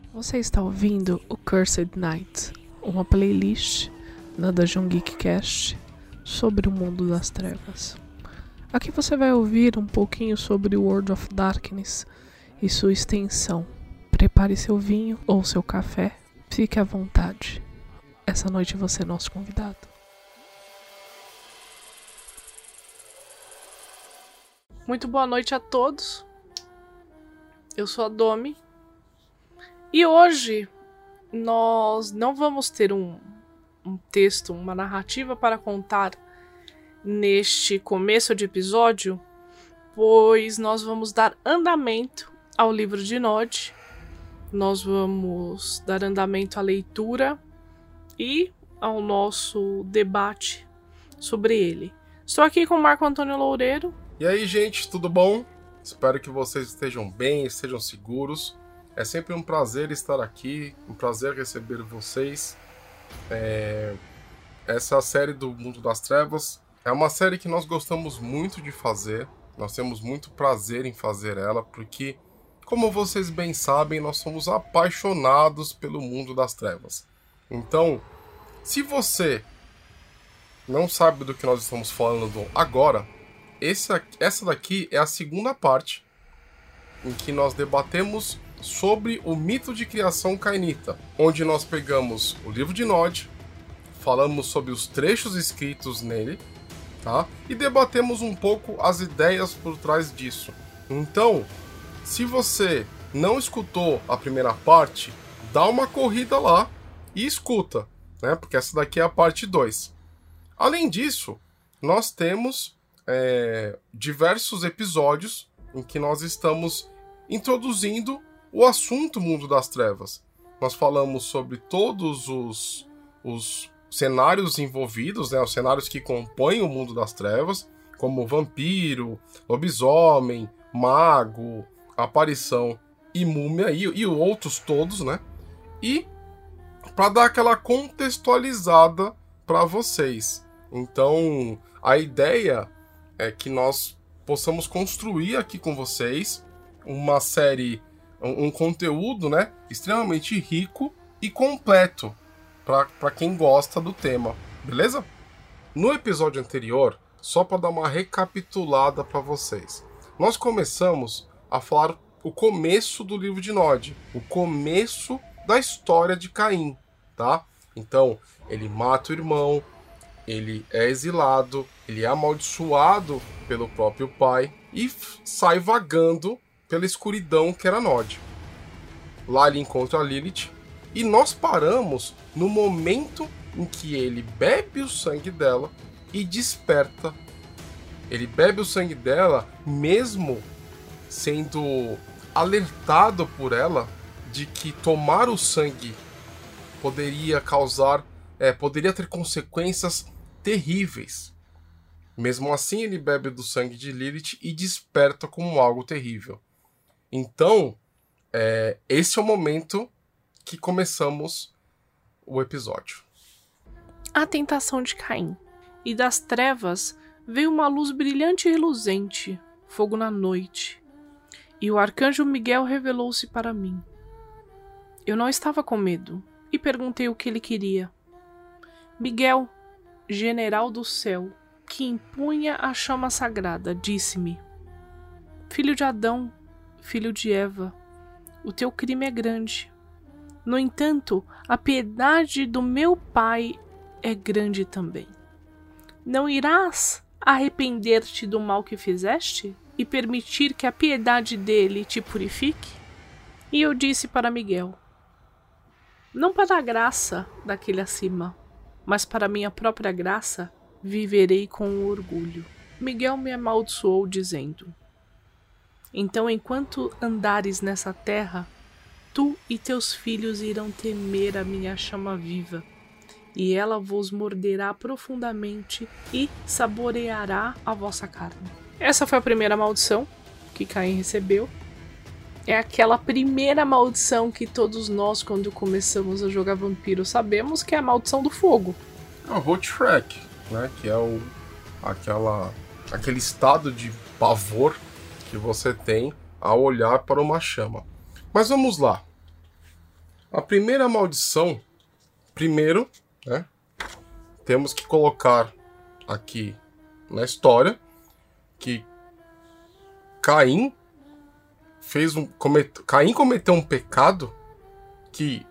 Você está ouvindo o Cursed Night, uma playlist da Dungeon Geek Cast sobre o mundo das trevas. Aqui você vai ouvir um pouquinho sobre o World of Darkness e sua extensão. Prepare seu vinho ou seu café, fique à vontade. Essa noite você é nosso convidado. Muito boa noite a todos. Eu sou a Domi. E hoje nós não vamos ter um texto, uma narrativa para contar neste começo de episódio, pois nós vamos dar andamento ao livro de Nod. Nós vamos dar andamento à leitura e ao nosso debate sobre ele. Estou aqui com o Marco Antônio Loureiro. E aí, gente, tudo bom? Espero que vocês estejam bem, estejam seguros. É sempre um prazer estar aqui, um prazer receber vocês. Essa série do Mundo das Trevas é uma série que nós gostamos muito de fazer. Nós temos muito prazer em fazer ela, porque, como vocês bem sabem, nós somos apaixonados pelo Mundo das Trevas. Então, se você não sabe do que nós estamos falando agora, essa daqui é a segunda parte em que nós debatemos sobre o mito de criação cainita, onde nós pegamos o livro de Nod, falamos sobre os trechos escritos nele, tá? E debatemos um pouco as ideias por trás disso. Então, se você não escutou a primeira parte, dá uma corrida lá e escuta, né? Porque essa daqui é a parte 2. Além disso, nós temos diversos episódios em que nós estamos introduzindo o assunto Mundo das Trevas. Nós falamos sobre todos os cenários envolvidos, né, os cenários que compõem o Mundo das Trevas, como vampiro, lobisomem, mago, aparição e múmia, e outros todos, né? E para dar aquela contextualizada para vocês. Então, a ideia é que nós possamos construir aqui com vocês uma série, um conteúdo, né, extremamente rico e completo para quem gosta do tema, beleza? No episódio anterior, só para dar uma recapitulada para vocês, nós começamos a falar o começo do livro de Nod, o começo da história de Caim, tá? Então, ele mata o irmão, ele é exilado, ele é amaldiçoado pelo próprio pai e sai vagando pela escuridão que era Nod. Lá ele encontra a Lilith e nós paramos no momento em que ele bebe o sangue dela e desperta. Ele bebe o sangue dela mesmo sendo alertado por ela de que tomar o sangue poderia ter consequências terríveis. Mesmo assim, ele bebe do sangue de Lilith e desperta como algo terrível. Então, esse é o momento que começamos o episódio. A tentação de Caim. E das trevas veio uma luz brilhante e reluzente, fogo na noite. E o arcanjo Miguel revelou-se para mim. Eu não estava com medo e perguntei o que ele queria. Miguel, general do céu, que impunha a chama sagrada, disse-me: Filho de Adão, filho de Eva, o teu crime é grande. No entanto, a piedade do meu pai é grande também. Não irás arrepender-te do mal que fizeste e permitir que a piedade dele te purifique? E eu disse para Miguel: Não para a graça daquele acima, mas para minha própria graça, viverei com orgulho. Miguel me amaldiçoou, dizendo: Então, enquanto andares nessa terra, tu e teus filhos irão temer a minha chama viva, e ela vos morderá profundamente e saboreará a vossa carne. Essa foi a primeira maldição que Caim recebeu. É aquela primeira maldição que todos nós, quando começamos a jogar vampiro, sabemos que é a maldição do fogo. É o Hotshrekk, né? Que é aquele estado de pavor que você tem ao olhar para uma chama. Mas vamos lá. A primeira maldição, primeiro, né, temos que colocar aqui na história que Caim cometeu um pecado que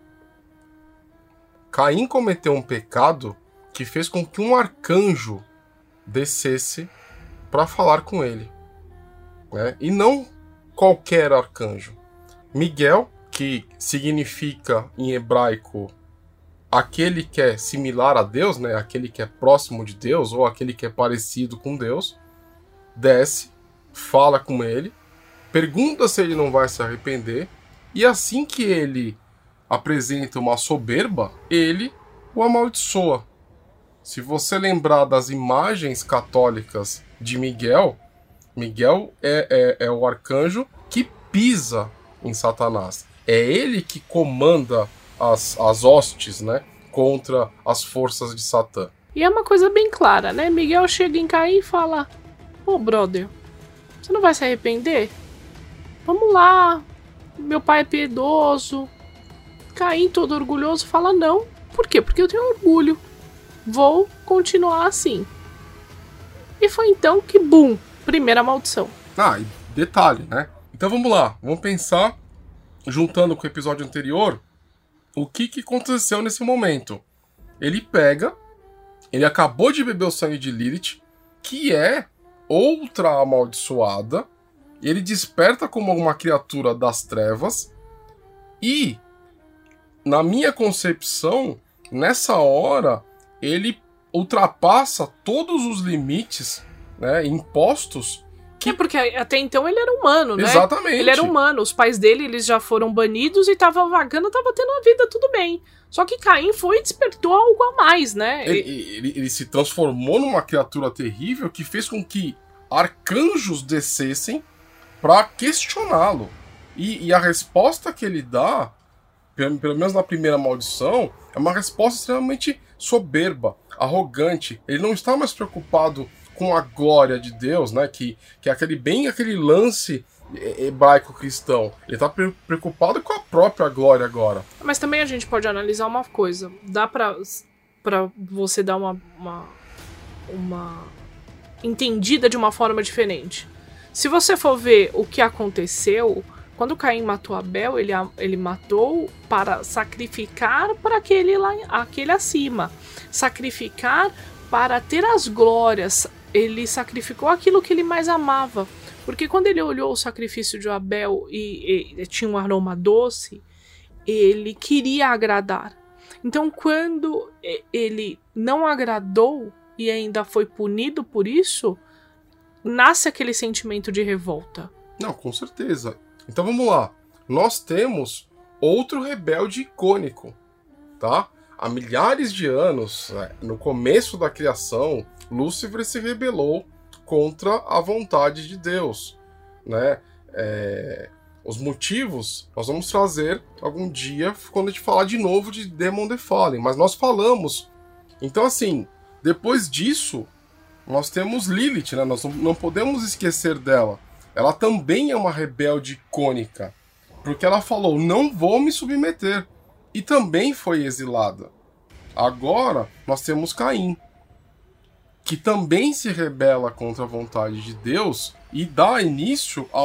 fez com que um arcanjo descesse para falar com ele, né? E não qualquer arcanjo. Miguel, que significa em hebraico aquele que é similar a Deus, né? Aquele que é próximo de Deus ou aquele que é parecido com Deus, desce, fala com ele, pergunta se ele não vai se arrepender, e assim que ele apresenta uma soberba, ele o amaldiçoa. Se você lembrar das imagens católicas de Miguel, Miguel é o arcanjo que pisa em Satanás. É ele que comanda as hostes, né, contra as forças de Satã. E é uma coisa bem clara, né? Miguel chega em Caim e fala: "Ô, brother, você não vai se arrepender? Vamos lá, meu pai é piedoso." Caim, todo orgulhoso, fala: "Não." Por quê? Porque eu tenho orgulho. Vou continuar assim. E foi então que, bum, primeira maldição. Ah, e detalhe, né? Então vamos lá, vamos pensar, juntando com o episódio anterior, o que aconteceu nesse momento. Ele acabou de beber o sangue de Lilith, que é outra amaldiçoada, ele desperta como uma criatura das trevas, e, na minha concepção, nessa hora, ele ultrapassa todos os limites, né, impostos. Porque até então ele era humano, né? Exatamente. Ele era humano, os pais dele eles já foram banidos e tava vagando, tava tendo a vida tudo bem. Só que Caim foi e despertou algo a mais, né? Ele se transformou numa criatura terrível que fez com que arcanjos descessem para questioná-lo. E a resposta que ele dá, pelo menos na primeira maldição, é uma resposta extremamente soberba, arrogante. Ele não está mais preocupado com a glória de Deus, né? Que é aquele lance hebraico cristão. Ele está preocupado com a própria glória agora. Mas também a gente pode analisar uma coisa. Dá pra você dar uma entendida de uma forma diferente. Se você for ver o que aconteceu, quando Caim matou Abel, ele matou para sacrificar para aquele acima. Sacrificar para ter as glórias. Ele sacrificou aquilo que ele mais amava. Porque quando ele olhou o sacrifício de Abel e tinha um aroma doce, ele queria agradar. Então, quando ele não agradou e ainda foi punido por isso, nasce aquele sentimento de revolta. Não, com certeza. Então vamos lá. Nós temos outro rebelde icônico, tá? Há milhares de anos, no começo da criação, Lúcifer se rebelou contra a vontade de Deus, né? Os motivos nós vamos trazer algum dia quando a gente falar de novo de Demon the Fallen, mas nós falamos. Então, assim, depois disso, nós temos Lilith, né? Nós não podemos esquecer dela. Ela também é uma rebelde icônica, porque ela falou: não vou me submeter, e também foi exilada. Agora nós temos Caim, que também se rebela contra a vontade de Deus e dá início a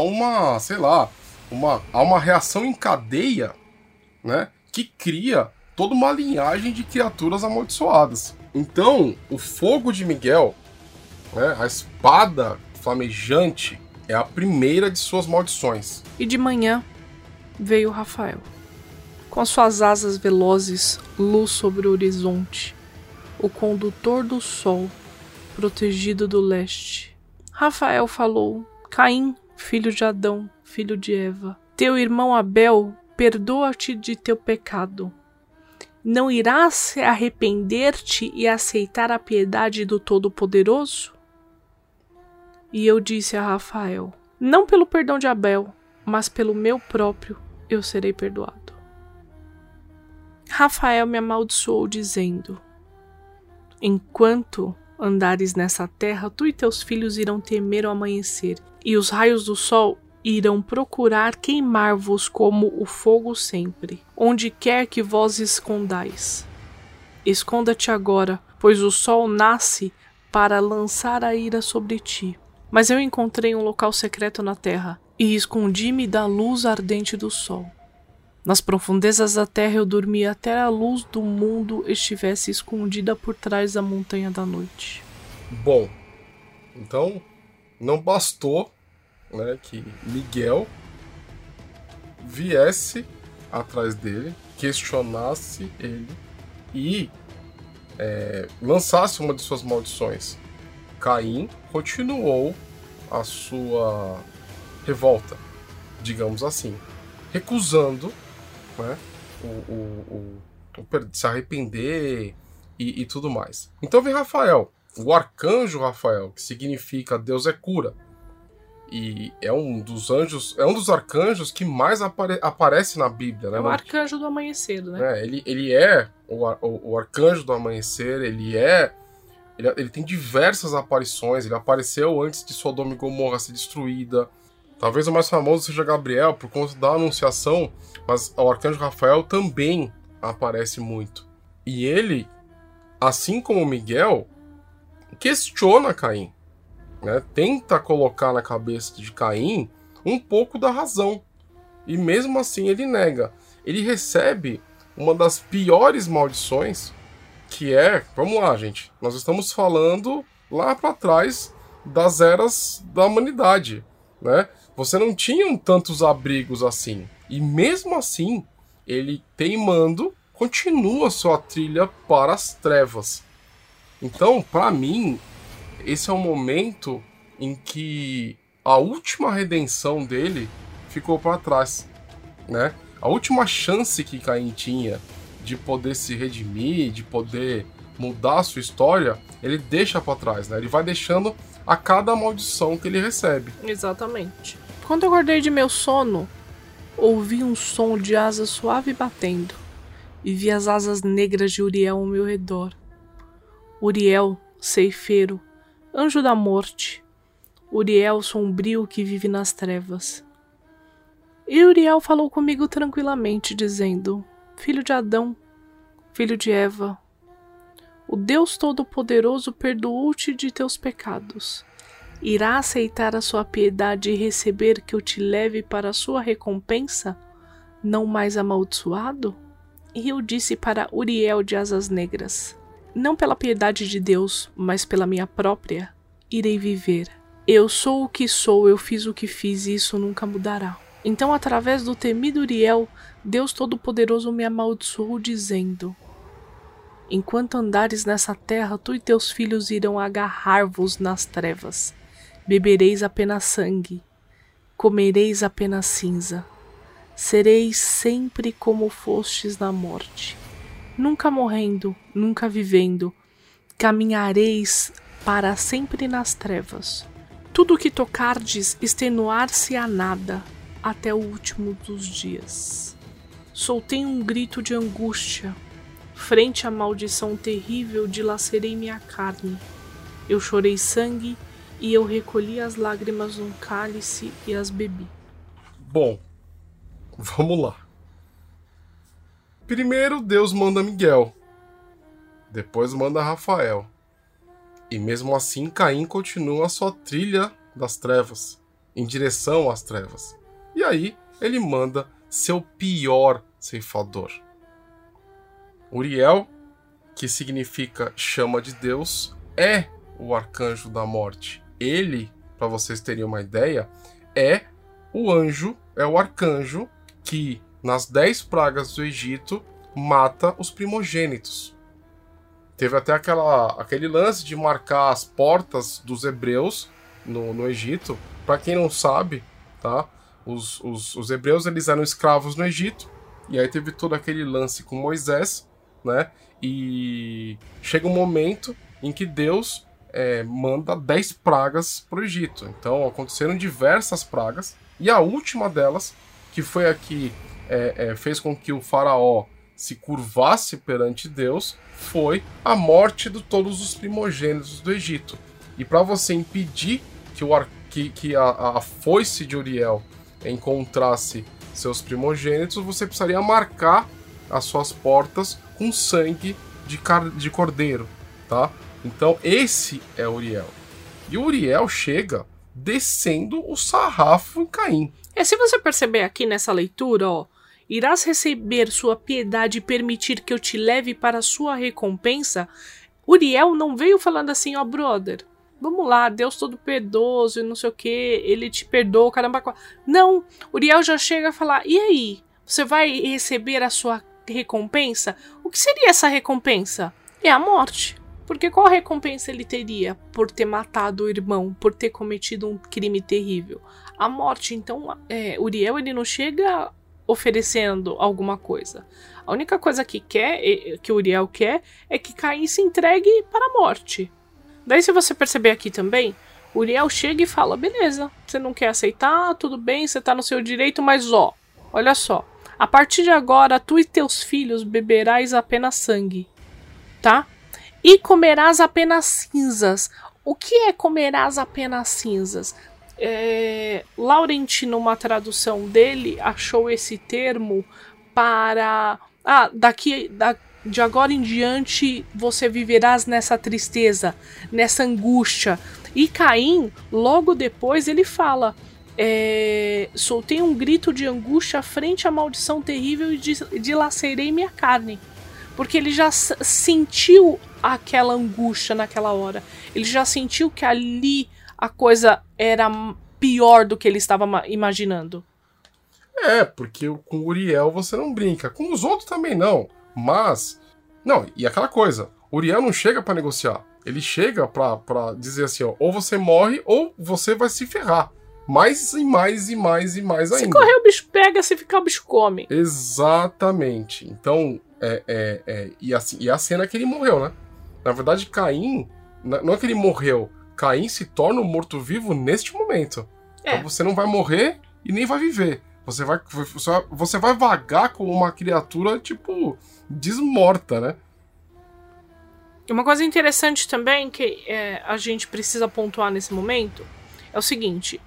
uma reação em cadeia, né, que cria toda uma linhagem de criaturas amaldiçoadas. Então, o fogo de Miguel, né, a espada flamejante, é a primeira de suas maldições. E de manhã veio Rafael, com as suas asas velozes, luz sobre o horizonte, o condutor do sol, protegido do leste. Rafael falou: Caim, filho de Adão, filho de Eva, teu irmão Abel perdoa-te de teu pecado. Não irás arrepender-te e aceitar a piedade do Todo-Poderoso? E eu disse a Rafael: não pelo perdão de Abel, mas pelo meu próprio eu serei perdoado. Rafael me amaldiçoou, dizendo: enquanto andares nessa terra, tu e teus filhos irão temer o amanhecer, e os raios do sol irão procurar queimar-vos como o fogo sempre, onde quer que vós escondais. Esconda-te agora, pois o sol nasce para lançar a ira sobre ti. Mas eu encontrei um local secreto na terra, e escondi-me da luz ardente do sol. Nas profundezas da terra eu dormi até a luz do mundo estivesse escondida por trás da montanha da noite. Bom, então não bastou, né, que Miguel viesse atrás dele, questionasse ele e lançasse uma de suas maldições. Caim continuou a sua revolta, digamos assim, recusando, né, se arrepender e tudo mais. Então vem Rafael, o arcanjo Rafael, que significa Deus é cura. E é um dos arcanjos que mais aparece na Bíblia, né? É o arcanjo do amanhecer, né? Ele é o arcanjo do amanhecer, ele tem diversas aparições, ele apareceu antes de Sodoma e Gomorra ser destruída. Talvez o mais famoso seja Gabriel, por conta da anunciação, mas o arcanjo Rafael também aparece muito. E ele, assim como Miguel, questiona Caim. Né, tenta colocar na cabeça de Caim um pouco da razão. E mesmo assim ele nega. Ele recebe uma das piores maldições, que é... Vamos lá, gente. Nós estamos falando lá para trás das eras da humanidade. Né? Você não tinha tantos abrigos assim. E mesmo assim, ele teimando, continua sua trilha para as trevas. Então, para mim... Esse é o momento em que a última redenção dele ficou para trás, né? A última chance que Caim tinha de poder se redimir, de poder mudar a sua história, ele deixa para trás, né? Ele vai deixando a cada maldição que ele recebe. Exatamente. Quando eu acordei de meu sono, ouvi um som de asas suave batendo e vi as asas negras de Uriel ao meu redor. Uriel, ceifeiro, anjo da morte, Uriel sombrio que vive nas trevas. E Uriel falou comigo tranquilamente, dizendo: Filho de Adão, filho de Eva, o Deus Todo-Poderoso perdoou-te de teus pecados. Irá aceitar a sua piedade e receber que eu te leve para a sua recompensa, não mais amaldiçoado? E eu disse para Uriel de asas negras: Não pela piedade de Deus, mas pela minha própria, irei viver. Eu sou o que sou, eu fiz o que fiz e isso nunca mudará. Então, através do temido Uriel, Deus Todo-Poderoso me amaldiçoou, dizendo: Enquanto andares nessa terra, tu e teus filhos irão agarrar-vos nas trevas. Bebereis apenas sangue, comereis apenas cinza. Sereis sempre como fostes na morte. Nunca morrendo, nunca vivendo, caminhareis para sempre nas trevas. Tudo o que tocardes extenuar-se a nada, até o último dos dias. Soltei um grito de angústia. Frente à maldição terrível, dilacerei minha carne. Eu chorei sangue e eu recolhi as lágrimas num cálice e as bebi. Bom, vamos lá. Primeiro Deus manda Miguel, depois manda Rafael. E mesmo assim Caim continua a sua trilha das trevas, em direção às trevas. E aí ele manda seu pior ceifador. Uriel, que significa chama de Deus, é o arcanjo da morte. Ele, para vocês terem uma ideia, é o arcanjo que nas 10 pragas do Egito mata os primogênitos. Teve até aquele lance de marcar as portas dos hebreus no Egito. Para quem não sabe, tá? Os hebreus eles eram escravos no Egito. E aí teve todo aquele lance com Moisés, né? E chega um momento em que Deus manda 10 pragas para o Egito. Então aconteceram diversas pragas. E a última delas, que foi a que fez com que o faraó se curvasse perante Deus, foi a morte de todos os primogênitos do Egito. E para você impedir que a foice de Uriel encontrasse seus primogênitos, você precisaria marcar as suas portas com sangue de cordeiro, tá? Então esse é Uriel. E Uriel chega descendo o sarrafo em Caim. Se você perceber aqui nessa leitura, ó, irás receber sua piedade e permitir que eu te leve para a sua recompensa. Uriel não veio falando assim, ó, brother, vamos lá, Deus todo perdoso e não sei o que, ele te perdoa, caramba. Não, Uriel já chega a falar, e aí, você vai receber a sua recompensa? O que seria essa recompensa? É a morte. Porque qual recompensa ele teria por ter matado o irmão, por ter cometido um crime terrível? A morte. Então, Uriel ele não chega oferecendo alguma coisa. A única coisa que Uriel quer é que Caim se entregue para a morte. Daí, se você perceber aqui também, Uriel chega e fala, beleza, você não quer aceitar, tudo bem, você está no seu direito, mas olha só, a partir de agora, tu e teus filhos beberás apenas sangue, tá? E comerás apenas cinzas. O que é comerás apenas cinzas? Laurenti, numa tradução dele, achou esse termo para... de agora em diante você viverás nessa tristeza, nessa angústia. E Caim, logo depois, ele fala... soltei um grito de angústia frente à maldição terrível e dilacerei minha carne. Porque ele já sentiu aquela angústia naquela hora. Ele já sentiu que ali a coisa era pior do que ele estava imaginando. Porque com Uriel você não brinca. Com os outros também não. Mas... Não, e aquela coisa. Uriel não chega pra negociar. Ele chega pra dizer assim, ó, ou você morre ou você vai se ferrar. Mais e mais e mais e mais ainda. Se correr o bicho pega, se ficar o bicho come. Exatamente. Então... E a cena é que ele morreu, né? Na verdade, Caim, não é que ele morreu, Caim se torna um morto-vivo neste momento. Então você não vai morrer e nem vai viver. Você vai vagar como uma criatura, tipo, desmorta, né? Uma coisa interessante também que a gente precisa pontuar nesse momento é o seguinte: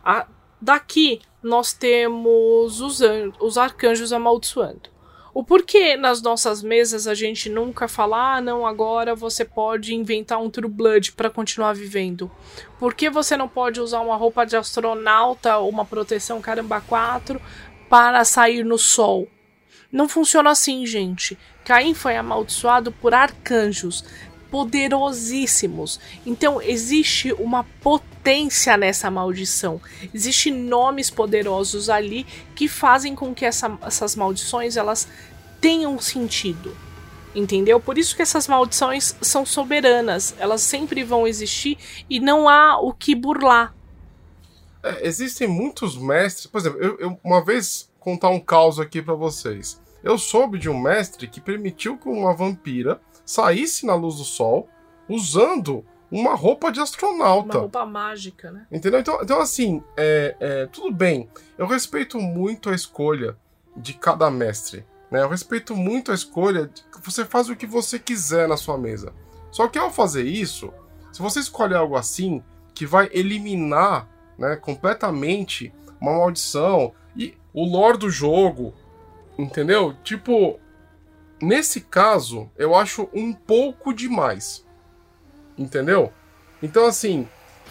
daqui nós temos os arcanjos amaldiçoando. O porquê nas nossas mesas a gente nunca fala, não, agora você pode inventar um True Blood para continuar vivendo? Por que você não pode usar uma roupa de astronauta, uma proteção caramba 4 para sair no sol? Não funciona assim, gente. Caim foi amaldiçoado por arcanjos poderosíssimos. Então existe uma potência nessa maldição. Existem nomes poderosos ali que fazem com que essas maldições elas tenham sentido. Entendeu? Por isso que essas maldições são soberanas. Elas sempre vão existir e não há o que burlar. Existem muitos mestres. Por exemplo, eu uma vez contar um caos aqui pra vocês. Eu soube de um mestre que permitiu que uma vampira saísse na luz do sol usando uma roupa de astronauta. Uma roupa mágica, né? Entendeu? Então assim, tudo bem. Eu respeito muito a escolha de cada mestre, né? Eu respeito muito a escolha. Você faz o que você quiser na sua mesa. Só que ao fazer isso, se você escolher algo assim, que vai eliminar, né, completamente uma maldição e o lore do jogo, entendeu? Tipo... Nesse caso, eu acho um pouco demais. Entendeu? Então, assim,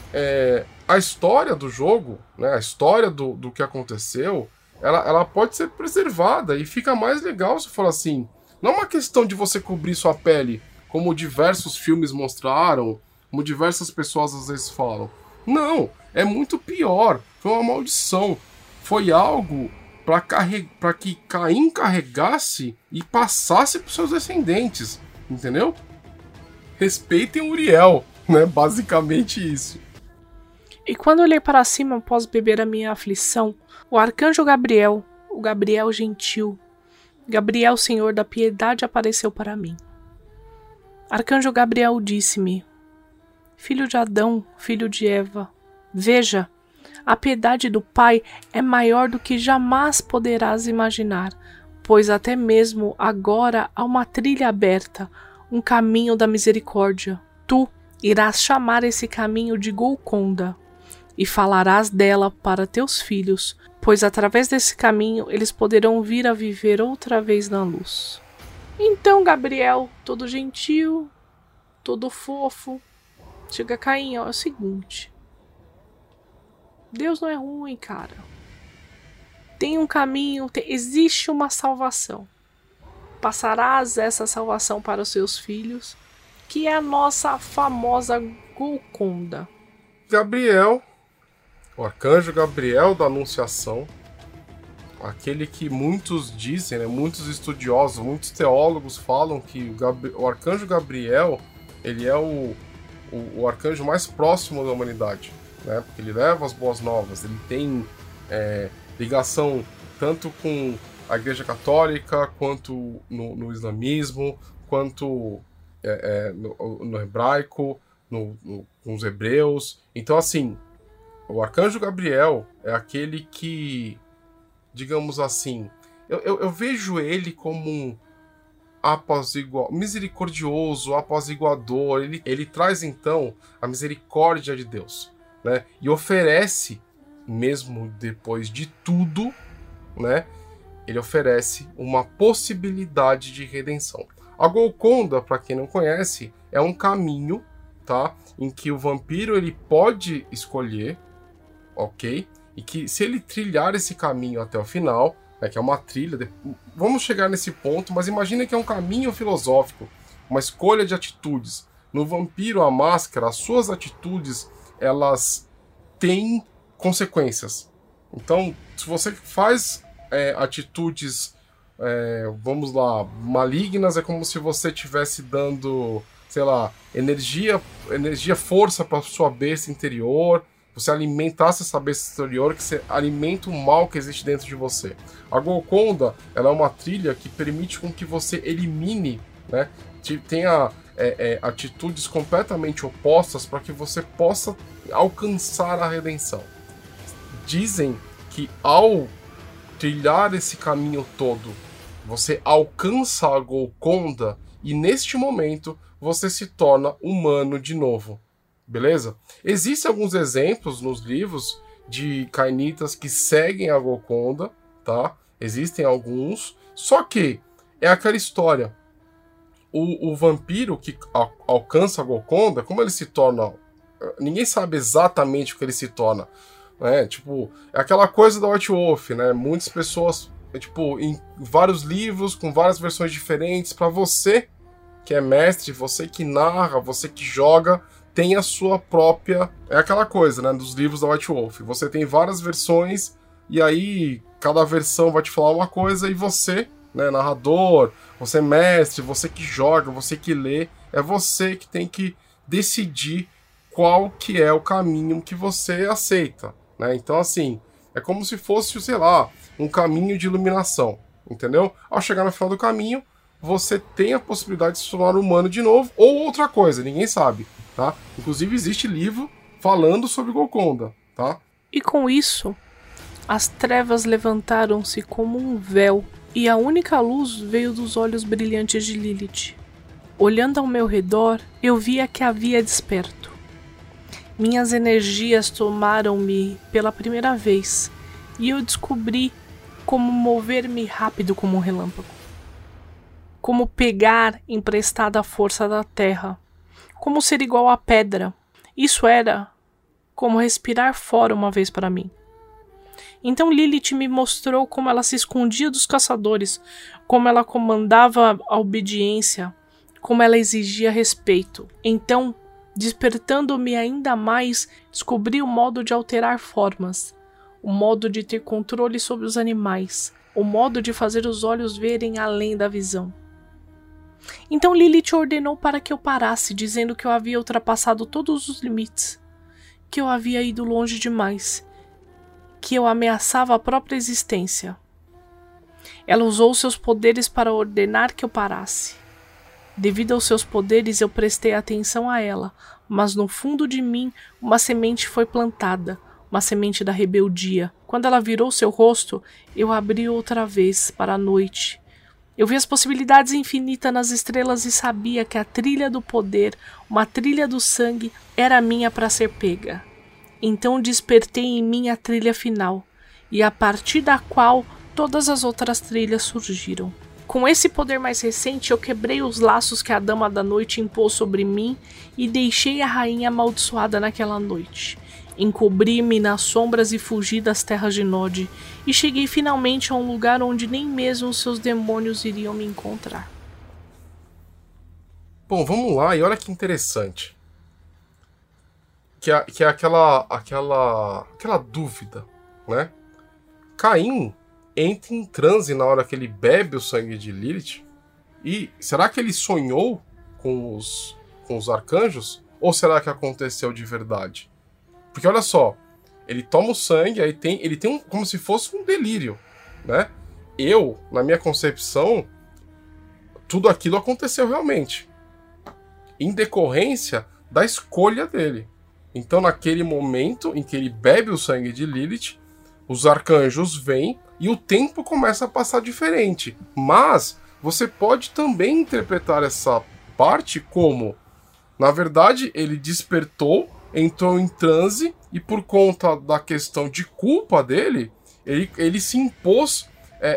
a história do jogo, né, a história do que aconteceu, ela pode ser preservada e fica mais legal se for assim. Não é uma questão de você cobrir sua pele, como diversos filmes mostraram, como diversas pessoas às vezes falam. Não, é muito pior. Foi uma maldição. Foi algo... para que Caim carregasse e passasse para os seus descendentes, entendeu? Respeitem Uriel, né? Basicamente isso. E quando olhei para cima após beber a minha aflição, o arcanjo Gabriel, o Gabriel gentil, Gabriel Senhor da piedade apareceu para mim. Arcanjo Gabriel disse-me: Filho de Adão, filho de Eva, veja, a piedade do Pai é maior do que jamais poderás imaginar, pois até mesmo agora há uma trilha aberta, um caminho da misericórdia. Tu irás chamar esse caminho de Golconda, e falarás dela para teus filhos, pois através desse caminho eles poderão vir a viver outra vez na luz. Então Gabriel, todo gentil, todo fofo, chega a Caim, ó, é o seguinte: Deus não é ruim, cara. Tem um caminho, existe uma salvação. Passarás essa salvação para os seus filhos, que é a nossa famosa Golconda. Gabriel, o arcanjo Gabriel da Anunciação, aquele que muitos dizem, né, muitos estudiosos, muitos teólogos falam que o arcanjo Gabriel, ele é o arcanjo mais próximo da humanidade, né? Porque ele leva as boas novas, ele tem ligação tanto com a Igreja Católica, quanto no islamismo, quanto no hebraico, com os hebreus. Então, assim, o arcanjo Gabriel é aquele que, digamos assim, eu vejo ele como um misericordioso, apaziguador. Ele traz, então, a misericórdia de Deus, né? E oferece, mesmo depois de tudo, né? Ele oferece uma possibilidade de redenção. A Golconda, para quem não conhece, é um caminho, tá? Em que o vampiro ele pode escolher, ok? E que se ele trilhar esse caminho até o final, que é uma trilha, vamos chegar nesse ponto, mas imagina que é um caminho filosófico, uma escolha de atitudes. No Vampiro à Máscara, as suas atitudes, elas têm consequências. Então, se você faz atitudes, vamos lá, malignas, é como se você estivesse dando, sei lá, energia, força para sua besta interior. Você alimentasse essa besta exterior, que você alimenta o mal que existe dentro de você. A Golconda, ela é uma trilha que permite com que você elimine, né, tenha atitudes completamente opostas para que você possa alcançar a redenção. Dizem que ao trilhar esse caminho todo, você alcança a Golconda e neste momento você se torna humano de novo. Beleza? Existem alguns exemplos nos livros de cainitas que seguem a Golconda, tá? Existem alguns, só que é aquela história. O vampiro que alcança a Golconda, como ele se torna... Ninguém sabe exatamente o que ele se torna. Né? Tipo, é aquela coisa da White Wolf, né? Muitas pessoas, em vários livros, com várias versões diferentes, para você que é mestre, você que narra, você que joga... tem a sua própria... É aquela coisa, né, dos livros da White Wolf. Você tem várias versões, e aí cada versão vai te falar uma coisa, e você, né, narrador, você mestre, você que joga, você que lê, é você que tem que decidir qual que é o caminho que você aceita, né? Então, assim, é como se fosse, sei lá, um caminho de iluminação, entendeu? Ao chegar no final do caminho, você tem a possibilidade de se tornar humano de novo, ou outra coisa, ninguém sabe. Tá? Inclusive existe livro falando sobre Golconda, tá? E com isso, as trevas levantaram-se como um véu, e a única luz veio dos olhos brilhantes de Lilith. Olhando ao meu redor, eu via que havia desperto. Minhas energias tomaram-me pela primeira vez, e eu descobri como mover-me rápido como um relâmpago. Como pegar emprestada a força da terra. Como ser igual à pedra. Isso era como respirar fora uma vez para mim. Então Lilith me mostrou como ela se escondia dos caçadores, como ela comandava a obediência, como ela exigia respeito. Então, despertando-me ainda mais, descobri o modo de alterar formas, o modo de ter controle sobre os animais, o modo de fazer os olhos verem além da visão. Então Lilith ordenou para que eu parasse, dizendo que eu havia ultrapassado todos os limites, que eu havia ido longe demais, que eu ameaçava a própria existência. Ela usou seus poderes para ordenar que eu parasse. Devido aos seus poderes, eu prestei atenção a ela, mas no fundo de mim uma semente foi plantada, uma semente da rebeldia. Quando ela virou seu rosto, eu abri outra vez para a noite. Eu vi as possibilidades infinitas nas estrelas e sabia que a trilha do poder, uma trilha do sangue, era minha para ser pega. Então despertei em mim a trilha final, e a partir da qual todas as outras trilhas surgiram. Com esse poder mais recente, eu quebrei os laços que a Dama da Noite impôs sobre mim e deixei a rainha amaldiçoada naquela noite. Encobri-me nas sombras e fugi das terras de Nod, e cheguei finalmente a um lugar onde nem mesmo os seus demônios iriam me encontrar. Bom, vamos lá, e olha que interessante. Que é aquela dúvida, né? Caim entra em transe na hora que ele bebe o sangue de Lilith. E será que ele sonhou com os arcanjos? Ou será que aconteceu de verdade? Porque olha só, ele toma o sangue, aí ele tem como se fosse um delírio, né? Na minha concepção, tudo aquilo aconteceu realmente. Em decorrência da escolha dele. Então, naquele momento em que ele bebe o sangue de Lilith, os arcanjos vêm e o tempo começa a passar diferente. Mas você pode também interpretar essa parte como, na verdade, ele despertou, entrou em transe e por conta da questão de culpa dele, ele se impôs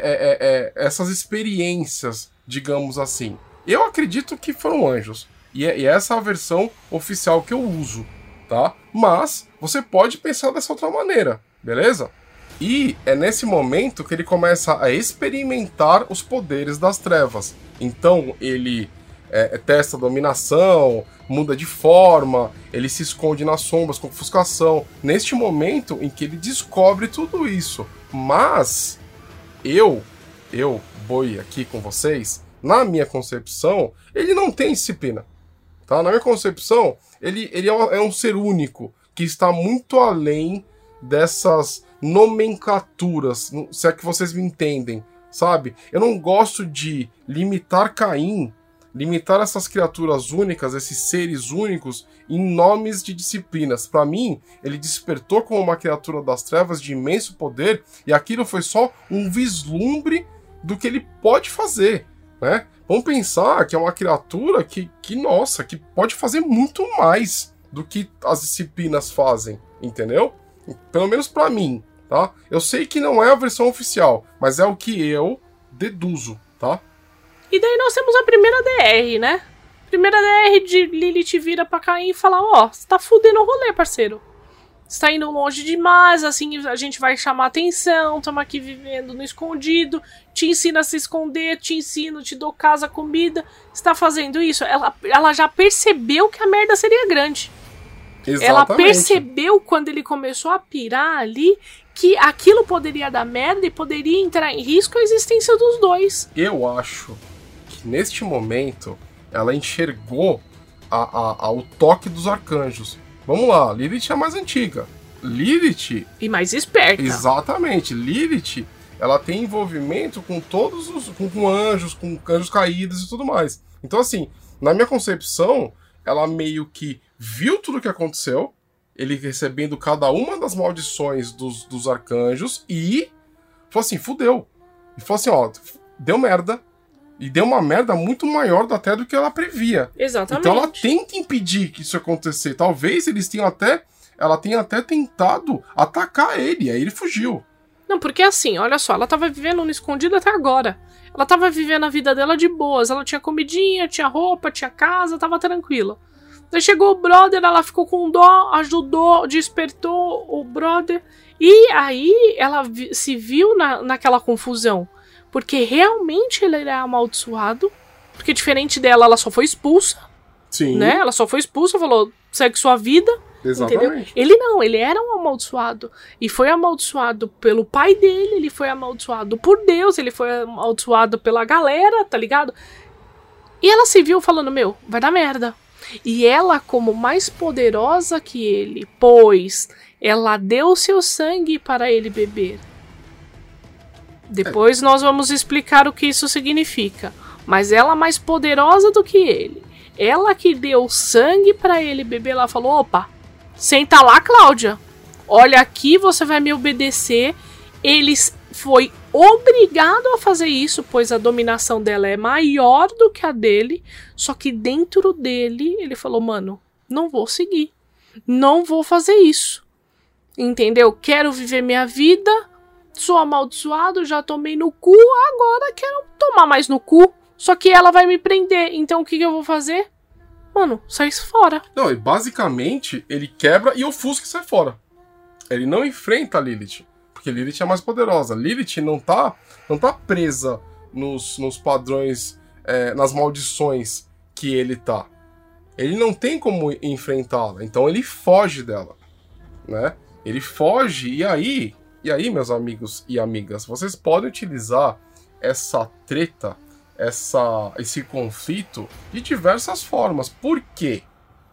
essas experiências, digamos assim. Eu acredito que foram anjos. E essa é a versão oficial que eu uso, tá? Mas você pode pensar dessa outra maneira, beleza? E é nesse momento que ele começa a experimentar os poderes das trevas. Então ele testa dominação, muda de forma, ele se esconde nas sombras com ofuscação. Neste momento em que ele descobre tudo isso. Mas eu, Boi, aqui com vocês, na minha concepção, ele não tem disciplina. Tá? Na minha concepção, ele é um ser único, que está muito além dessas nomenclaturas, se é que vocês me entendem, sabe? Eu não gosto de limitar Caim, limitar essas criaturas únicas, esses seres únicos, em nomes de disciplinas. Para mim, ele despertou como uma criatura das trevas de imenso poder, e aquilo foi só um vislumbre do que ele pode fazer, né? Vamos pensar que é uma criatura que pode fazer muito mais do que as disciplinas fazem, entendeu? Pelo menos pra mim, tá? Eu sei que não é a versão oficial, mas é o que eu deduzo, tá? E daí nós temos a primeira DR, né? Primeira DR de Lilith vira pra Caim e fala, ó, você tá fudendo o rolê, parceiro. Você tá indo longe demais, assim a gente vai chamar atenção, estamos aqui vivendo no escondido, te ensino a se esconder, te dou casa, comida, você tá fazendo isso? Ela já percebeu que a merda seria grande. Exatamente. Ela percebeu quando ele começou a pirar ali que aquilo poderia dar merda e poderia entrar em risco a existência dos dois. Eu acho que neste momento ela enxergou o toque dos arcanjos. Vamos lá, Lilith é mais antiga. Lilith... E mais esperta. Exatamente. Lilith, ela tem envolvimento com todos os... Com anjos caídos e tudo mais. Então, assim, na minha concepção, ela meio que viu tudo o que aconteceu, ele recebendo cada uma das maldições dos arcanjos e falou assim, fudeu. E falou assim, ó, deu merda. E deu uma merda muito maior até do que ela previa. Exatamente. Então ela tenta impedir que isso acontecer. Talvez ela tenha até tentado atacar ele, aí ele fugiu. Não, porque assim, olha só, ela tava vivendo no escondido até agora. Ela tava vivendo a vida dela de boas. Ela tinha comidinha, tinha roupa, tinha casa, tava tranquila. Daí chegou o brother, ela ficou com dó, ajudou, despertou o brother. E aí ela se viu naquela confusão. Porque realmente ele era amaldiçoado. Porque diferente dela, ela só foi expulsa. Sim. Né? Ela só foi expulsa, falou, segue sua vida. Exatamente. Entendeu? Ele não, ele era um amaldiçoado. E foi amaldiçoado pelo pai dele, ele foi amaldiçoado por Deus, ele foi amaldiçoado pela galera, tá ligado? E ela se viu falando, meu, vai dar merda. E ela, como mais poderosa que ele, pois ela deu seu sangue para ele beber. Depois nós vamos explicar o que isso significa. Mas ela mais poderosa do que ele. Ela que deu sangue para ele beber, ela falou, opa, senta lá, Cláudia. Olha aqui, você vai me obedecer. Ele foi obrigado a fazer isso, pois a dominação dela é maior do que a dele. Só que dentro dele, ele falou, mano, não vou seguir. Não vou fazer isso. Entendeu? Quero viver minha vida Sou amaldiçoado, já tomei no cu, agora quero tomar mais no cu. Só que ela vai me prender, então o que eu vou fazer? Mano, sai fora. Não, e basicamente ele quebra e ofusca e sai fora. Ele não enfrenta a Lilith, porque Lilith é mais poderosa. Lilith não tá presa nos padrões, nas maldições que ele tá. Ele não tem como enfrentá-la, então ele foge dela, né? Ele foge, e aí, meus amigos e amigas, vocês podem utilizar essa treta, esse conflito de diversas formas. Por quê?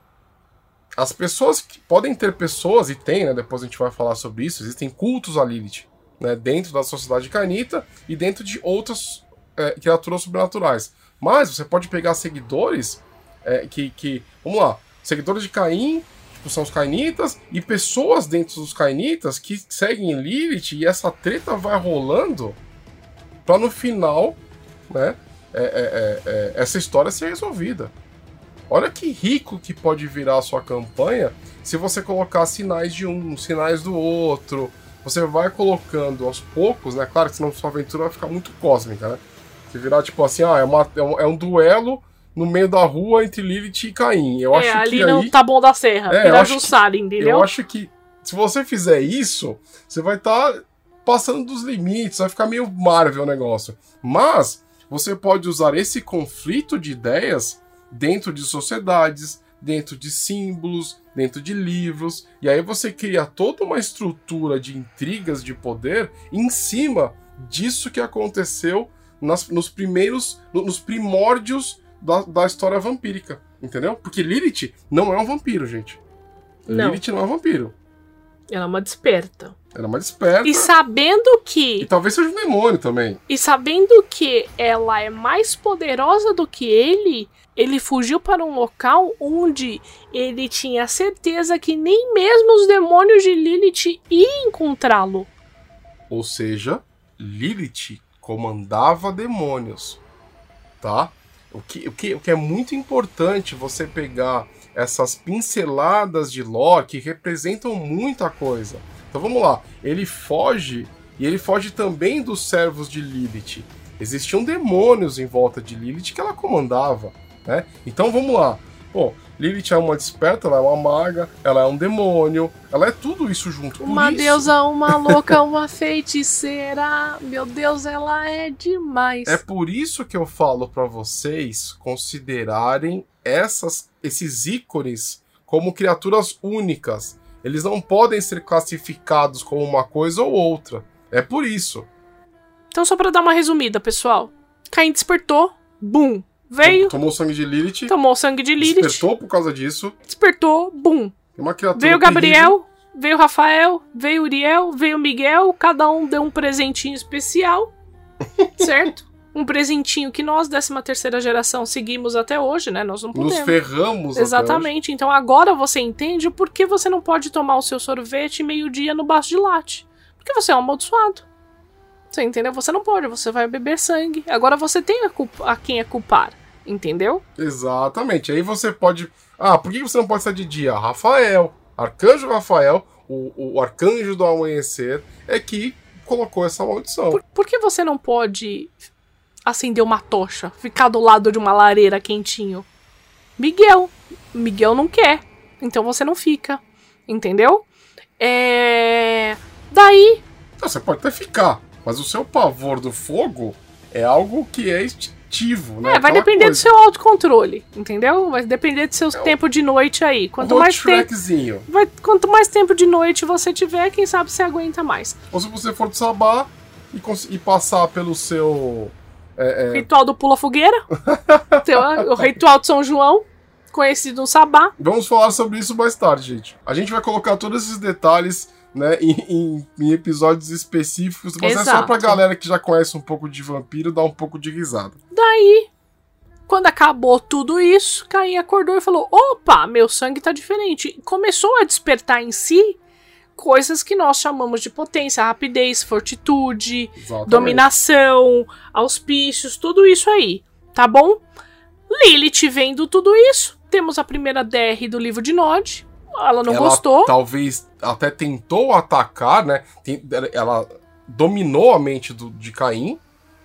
As pessoas podem ter pessoas, e tem, né? Depois a gente vai falar sobre isso, existem cultos a Lilith, né? Dentro da sociedade cainita e dentro de outras criaturas sobrenaturais. Mas você pode pegar seguidores vamos lá, seguidores de Caim, tipo, são os cainitas, e pessoas dentro dos cainitas que seguem Lilith, e essa treta vai rolando pra no final, né, essa história ser resolvida. Olha que rico que pode virar a sua campanha se você colocar sinais de um, sinais do outro. Você vai colocando aos poucos, né? Claro que senão sua aventura vai ficar muito cósmica, né? Se virar tipo assim, é um duelo no meio da rua entre Lilith e Caim. Eu acho ali que não aí, tá bom da Serra, Pirajussara, entendeu? Eu acho que se você fizer isso, você vai estar passando dos limites, vai ficar meio Marvel o negócio. Mas você pode usar esse conflito de ideias dentro de sociedades, dentro de símbolos, dentro de livros, e aí você cria toda uma estrutura de intrigas de poder em cima disso que aconteceu nos primórdios da história vampírica, entendeu? Porque Lilith não é um vampiro, gente. Não. Lilith não é um vampiro. Ela é uma desperta. Ela é uma desperta. E sabendo que... E talvez seja um demônio também. E sabendo que ela é mais poderosa do que ele fugiu para um local onde ele tinha certeza que nem mesmo os demônios de Lilith iam encontrá-lo. Ou seja, Lilith comandava demônios, tá? O que é muito importante você pegar essas pinceladas de lore que representam muita coisa. Então vamos lá, ele foge, e ele foge também dos servos de Lilith. Existiam demônios em volta de Lilith que ela comandava, né? Então vamos lá. Pô, Lilith é uma desperta, ela é uma maga, ela é um demônio, ela é tudo isso junto. Uma deusa, uma louca, uma feiticeira. Meu Deus, ela é demais. É por isso que eu falo pra vocês considerarem esses ícones como criaturas únicas. Eles não podem ser classificados como uma coisa ou outra. É por isso. Então, só pra dar uma resumida, pessoal. Caim despertou, bum. Veio. Tomou sangue de Lilith. Tomou sangue de Lilith. Despertou por causa disso. Despertou, bum. Uma criatura veio Gabriel, terrível. Veio Rafael, veio Uriel, veio Miguel. Cada um deu um presentinho especial. Certo? Um presentinho que nós, 13ª geração, seguimos até hoje, né? Nós não podemos. Nos ferramos. Exatamente. Então agora você entende por que você não pode tomar o seu sorvete meio-dia no baço de latte. Porque você é um amaldiçoado. Você entendeu? Você não pode, você vai beber sangue. Agora você tem a quem é culpar. Entendeu? Exatamente. Aí você pode... por que você não pode estar de dia? Rafael, Arcanjo Rafael, o Arcanjo do Amanhecer, é que colocou essa maldição. Por que você não pode acender uma tocha? Ficar do lado de uma lareira quentinho? Miguel não quer. Então você não fica. Entendeu? Daí... Você pode até ficar, mas o seu pavor do fogo é algo que é instintivo, né? Vai depender do seu autocontrole, entendeu? Vai depender do seu tempo de noite aí. Quanto mais tempo de noite você tiver, quem sabe você aguenta mais. Ou se você for do Sabá e passar pelo seu... Ritual do Pula-Fogueira. O ritual de São João, conhecido no Sabá. Vamos falar sobre isso mais tarde, gente. A gente vai colocar todos esses detalhes, né, em episódios específicos, mas é só pra galera que já conhece um pouco de vampiro dar um pouco de risada. Daí, quando acabou tudo isso, Caim acordou e falou: opa, meu sangue tá diferente. Começou a despertar em si coisas que nós chamamos de potência, rapidez, fortitude, exatamente, dominação, auspícios, tudo isso aí, tá bom? Lilith vendo tudo isso, temos a primeira DR do livro de Nod. Ela não gostou. Talvez até tentou atacar, né? Ela dominou a mente de Caim,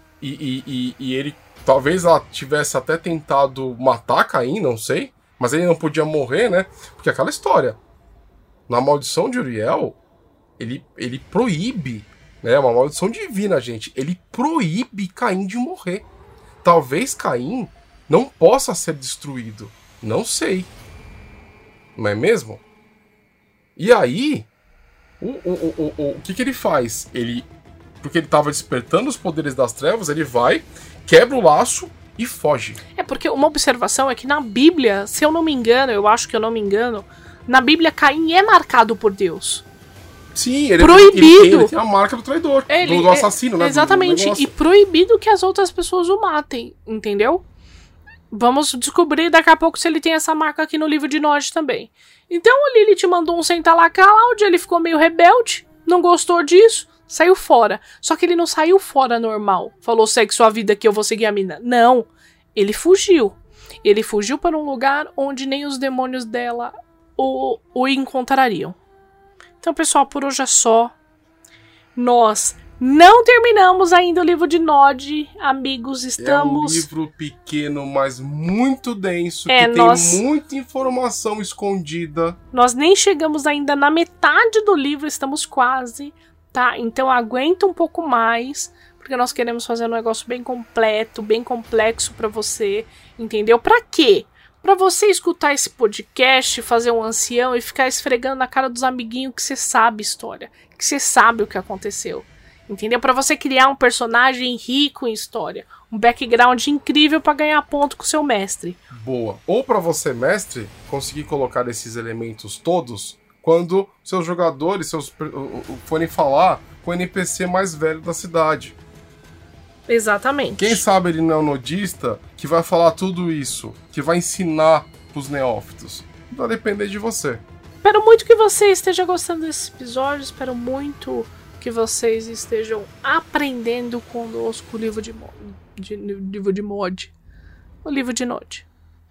e ele talvez ela tivesse até tentado matar Caim, não sei, mas ele não podia morrer, né? Porque aquela história, na maldição de Uriel, ele proíbe, né? Uma maldição divina, gente. Ele proíbe Caim de morrer. Talvez Caim não possa ser destruído. Não sei. Não é mesmo? E aí, o que ele faz? Porque ele estava despertando os poderes das trevas, ele vai, quebra o laço e foge. É porque uma observação é que na Bíblia, se eu não me engano, eu acho que eu não me engano, na Bíblia Caim é marcado por Deus. Sim, proibido. Ele tem a marca do traidor, do assassino, né? Exatamente, e proibido que as outras pessoas o matem, entendeu? Vamos descobrir daqui a pouco se ele tem essa marca aqui no livro de Nod também. Então o Lilith mandou um sentar lá Cláudio, ele ficou meio rebelde, não gostou disso, saiu fora. Só que ele não saiu fora normal, falou, segue sua vida que eu vou seguir a mina. Não, ele fugiu. Ele fugiu para um lugar onde nem os demônios dela o encontrariam. Então, pessoal, por hoje é só. Nós não terminamos ainda o livro de Nod, amigos, estamos... É um livro pequeno, mas muito denso, que tem muita informação escondida. Nós nem chegamos ainda na metade do livro, estamos quase, tá? Então aguenta um pouco mais, porque nós queremos fazer um negócio bem completo, bem complexo pra você, entendeu? Pra quê? Pra você escutar esse podcast, fazer um ancião e ficar esfregando na cara dos amiguinhos que você sabe história, que você sabe o que aconteceu. Entendeu? Pra você criar um personagem rico em história, um background incrível pra ganhar ponto com o seu mestre. Boa. Ou pra você, mestre, conseguir colocar esses elementos todos quando seus jogadores forem falar com o NPC mais velho da cidade. Exatamente. Quem sabe ele não é um nodista que vai falar tudo isso, que vai ensinar pros neófitos. Vai depender de você. Espero muito que você esteja gostando desse episódio, espero muito que vocês estejam aprendendo conosco o livro de Mod. O livro de Nod.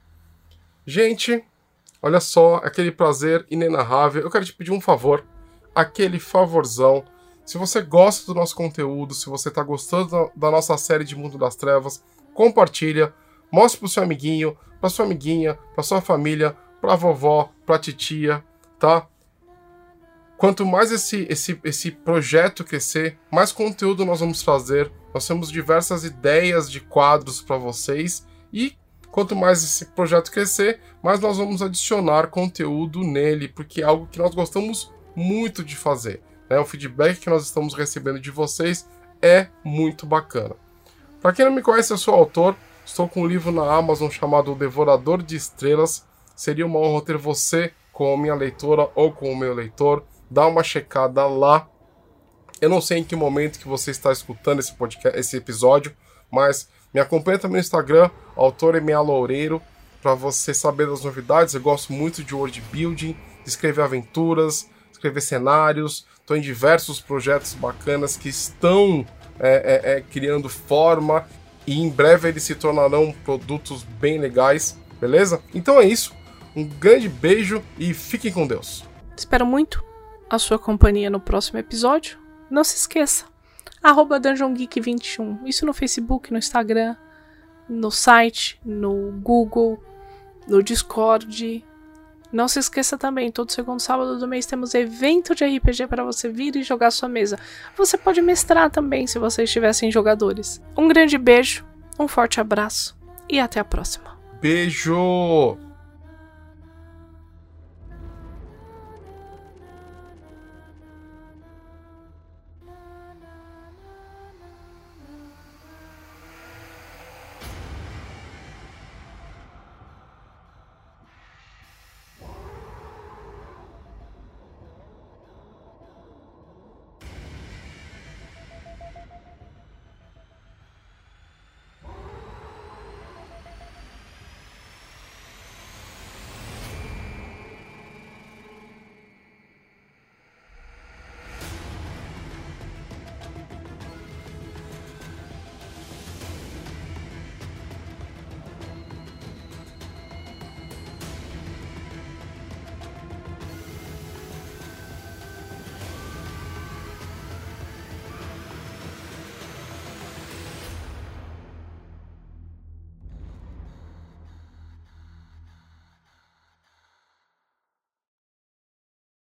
Gente, olha só, aquele prazer inenarrável. Eu quero te pedir um favor, aquele favorzão. Se você gosta do nosso conteúdo, se você está gostando da nossa série de Mundo das Trevas, compartilha, mostre pro seu amiguinho, pra sua amiguinha, pra sua família, pra vovó, pra titia, tá? Quanto mais esse projeto crescer, mais conteúdo nós vamos trazer. Nós temos diversas ideias de quadros para vocês e quanto mais esse projeto crescer, mais nós vamos adicionar conteúdo nele, porque é algo que nós gostamos muito de fazer. O feedback que nós estamos recebendo de vocês é muito bacana. Para quem não me conhece, eu sou autor, estou com um livro na Amazon chamado O Devorador de Estrelas. Seria uma honra ter você como minha leitora ou como meu leitor. Dá uma checada lá. Eu não sei em que momento que você está escutando esse episódio, mas me acompanha também no Instagram, autor MA Loureiro, para você saber das novidades. Eu gosto muito de world building, de escrever aventuras, escrever cenários. Estou em diversos projetos bacanas que estão criando forma e em breve eles se tornarão produtos bem legais, beleza? Então é isso, um grande beijo e fiquem com Deus. Espero muito a sua companhia no próximo episódio. Não se esqueça, @DungeonGeek21, isso no Facebook, no Instagram, no site, no Google, no Discord. Não se esqueça também, todo segundo sábado do mês temos evento de RPG para você vir e jogar sua mesa. Você pode mestrar também se vocês tivessem jogadores. Um grande beijo, um forte abraço e até a próxima. Beijo!